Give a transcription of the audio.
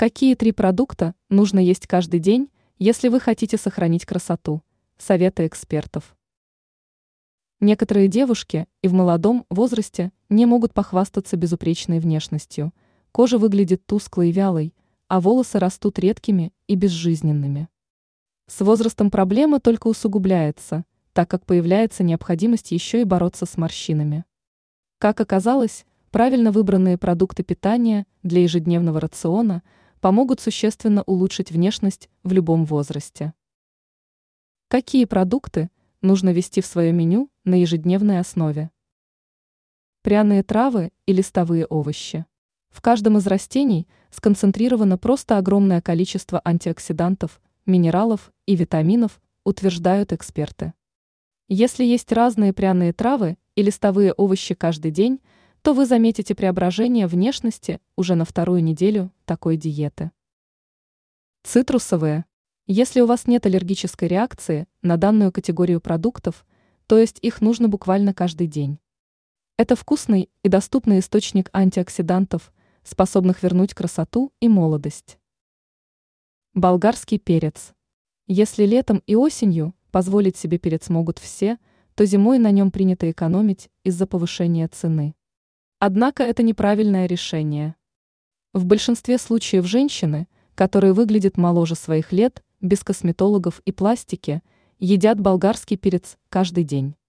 Какие 3 продукта нужно есть каждый день, если вы хотите сохранить красоту? Советы экспертов. Некоторые девушки и в молодом возрасте не могут похвастаться безупречной внешностью. Кожа выглядит тусклой и вялой, а волосы растут редкими и безжизненными. С возрастом проблема только усугубляется, так как появляется необходимость еще и бороться с морщинами. Как оказалось, правильно выбранные продукты питания для ежедневного рациона помогут существенно улучшить внешность в любом возрасте. Какие продукты нужно ввести в свое меню на ежедневной основе? Пряные травы и листовые овощи. В каждом из растений сконцентрировано просто огромное количество антиоксидантов, минералов и витаминов, утверждают эксперты. Если есть разные пряные травы и листовые овощи каждый день, то вы заметите преображение внешности уже на 2-ю неделю такой диеты. Цитрусовые. Если у вас нет аллергической реакции на данную категорию продуктов, то есть их нужно буквально каждый день. Это вкусный и доступный источник антиоксидантов, способных вернуть красоту и молодость. Болгарский перец. Если летом и осенью позволить себе перец могут все, то зимой на нем принято экономить из-за повышения цены. Однако это неправильное решение. В большинстве случаев женщины, которые выглядят моложе своих лет, без косметологов и пластики, едят болгарский перец каждый день.